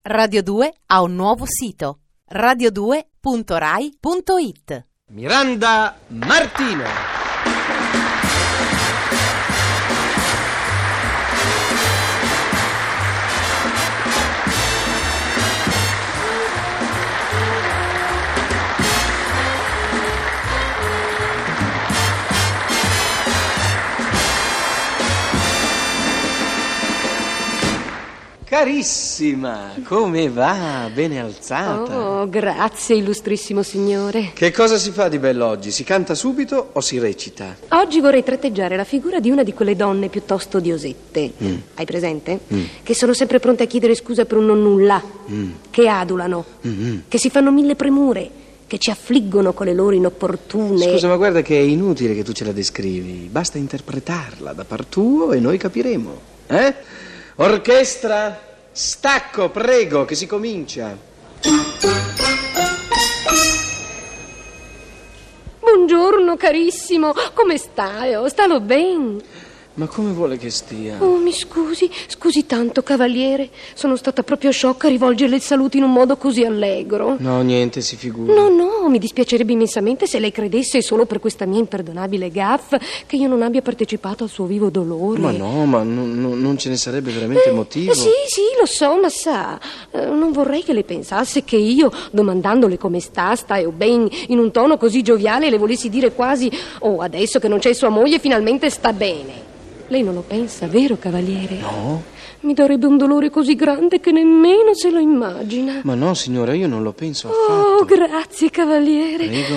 Radio 2 ha un nuovo sito, radio2.rai.it. Miranda Martino. Carissima, come va? Bene alzata? Oh, grazie, illustrissimo signore. Che cosa si fa di bello oggi? Si canta subito o si recita? Oggi vorrei tratteggiare la figura di una di quelle donne piuttosto diosette. Hai presente? Che sono sempre pronte a chiedere scusa per un nonnulla, che adulano, che si fanno mille premure, che ci affliggono con le loro inopportune... Scusa, ma guarda che è inutile che tu ce la descrivi. Basta interpretarla da par tuo e noi capiremo. Orchestra, stacco, prego, che si comincia. Buongiorno, carissimo. Come stai? Oh, stalo ben? Ma come vuole che stia? Oh, mi scusi tanto, cavaliere. Sono stata proprio sciocca a rivolgerle il saluto in un modo così allegro. No, niente, si figuri. No, mi dispiacerebbe immensamente se lei credesse solo per questa mia imperdonabile gaffe che io non abbia partecipato al suo vivo dolore. Ma no, ma non ce ne sarebbe veramente motivo. Sì, lo so, ma sa, non vorrei che lei pensasse che io, domandandole come stai o ben, in un tono così gioviale, le volessi dire quasi: oh, adesso che non c'è sua moglie finalmente sta bene. Lei non lo pensa, vero, cavaliere? No. Mi darebbe un dolore così grande che nemmeno se lo immagina. Ma no, signora, io non lo penso affatto. Oh, grazie, cavaliere. Prego.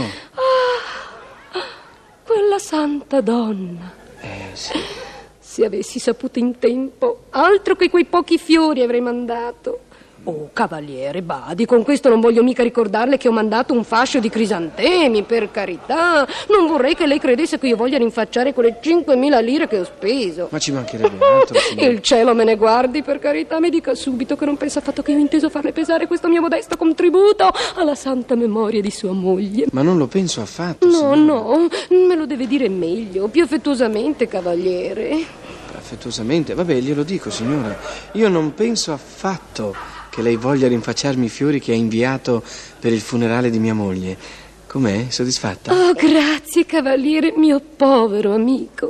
Quella santa donna. Sì. Se avessi saputo in tempo, altro che quei pochi fiori avrei mandato. Oh, cavaliere, badi, con questo non voglio mica ricordarle che ho mandato un fascio di crisantemi, per carità. Non vorrei che lei credesse che io voglia rinfacciare quelle 5.000 lire che ho speso. Ma ci mancherebbe altro, signora. Il cielo me ne guardi, per carità, mi dica subito che non pensa affatto che io ho inteso farle pesare questo mio modesto contributo alla santa memoria di sua moglie. Ma non lo penso affatto, No, me lo deve dire meglio, più affettuosamente, cavaliere. Affettuosamente? Vabbè, glielo dico, signora. Io non penso affatto che lei voglia rinfacciarmi i fiori che ha inviato per il funerale di mia moglie. Com'è? Soddisfatta? Oh, grazie, cavaliere, mio povero amico.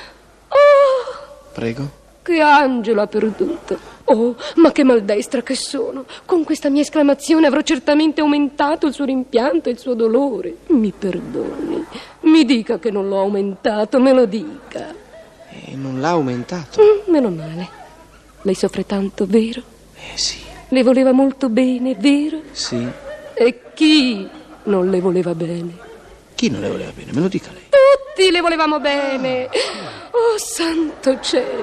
Oh, prego. Che angelo ha perduto. Oh, ma che maldestra che sono. Con questa mia esclamazione avrò certamente aumentato il suo rimpianto e il suo dolore. Mi perdoni. Mi dica che non l'ho aumentato, me lo dica. E non l'ha aumentato? Meno male. Lei soffre tanto, vero? Sì. Le voleva molto bene, vero? Sì. E chi non le voleva bene? Chi non le voleva bene? Me lo dica lei. Tutti le volevamo bene. Oh, santo cielo.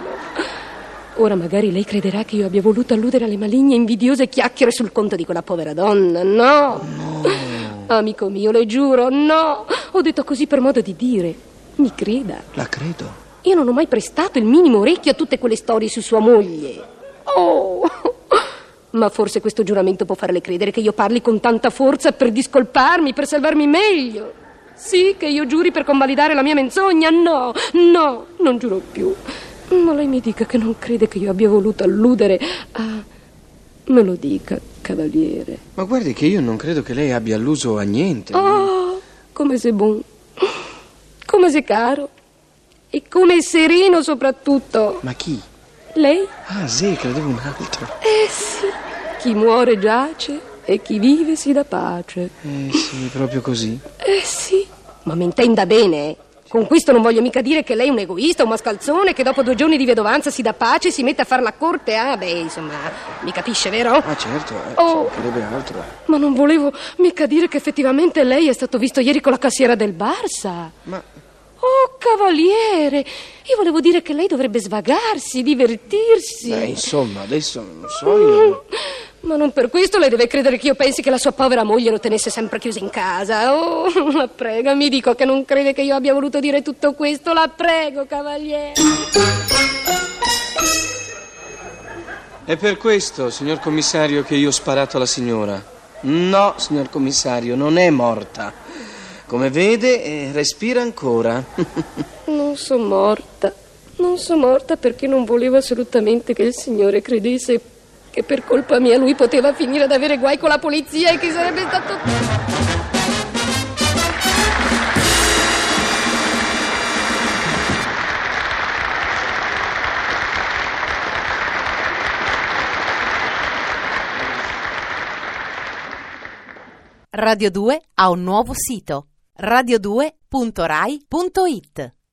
Ora magari lei crederà che io abbia voluto alludere alle maligne e invidiose chiacchiere sul conto di quella povera donna. No. Amico mio, le giuro, no. Ho detto così per modo di dire. Mi creda. La credo. Io non ho mai prestato il minimo orecchio a tutte quelle storie su sua moglie. Oh, ma forse questo giuramento può farle credere che io parli con tanta forza per discolparmi, per salvarmi meglio. Sì, che io giuri per convalidare la mia menzogna. No, non giuro più. Ma lei mi dica che non crede che io abbia voluto alludere a... Me lo dica, cavaliere. Ma guardi che io non credo che lei abbia alluso a niente. Oh, come sei buon, come sei caro e come sereno soprattutto. Ma chi? Lei? Ah, sì, credevo un altro. Sì, chi muore giace e chi vive si dà pace. Sì, proprio così. Sì, ma mi intenda bene. Con questo non voglio mica dire che lei è un egoista, un mascalzone che dopo 2 giorni di vedovanza si dà pace e si mette a far la corte. Insomma, mi capisce, vero? Ah, certo, ci mancherebbe altro. Ma non volevo mica dire che effettivamente lei è stato visto ieri con la cassiera del Barça. Ma... Oh, cavaliere, io volevo dire che lei dovrebbe svagarsi, divertirsi. Insomma, adesso non lo so io. Ma non per questo lei deve credere che io pensi che la sua povera moglie lo tenesse sempre chiusa in casa. Oh, la prego, mi dico che non crede che io abbia voluto dire tutto questo. La prego, cavaliere. È per questo, signor commissario, che io ho sparato alla signora. No, signor commissario, non è morta. Come vede, respira ancora. Non sono morta perché non volevo assolutamente che il signore credesse che per colpa mia lui poteva finire ad avere guai con la polizia e che sarebbe stato... Radio 2 ha un nuovo sito: radio2.rai.it.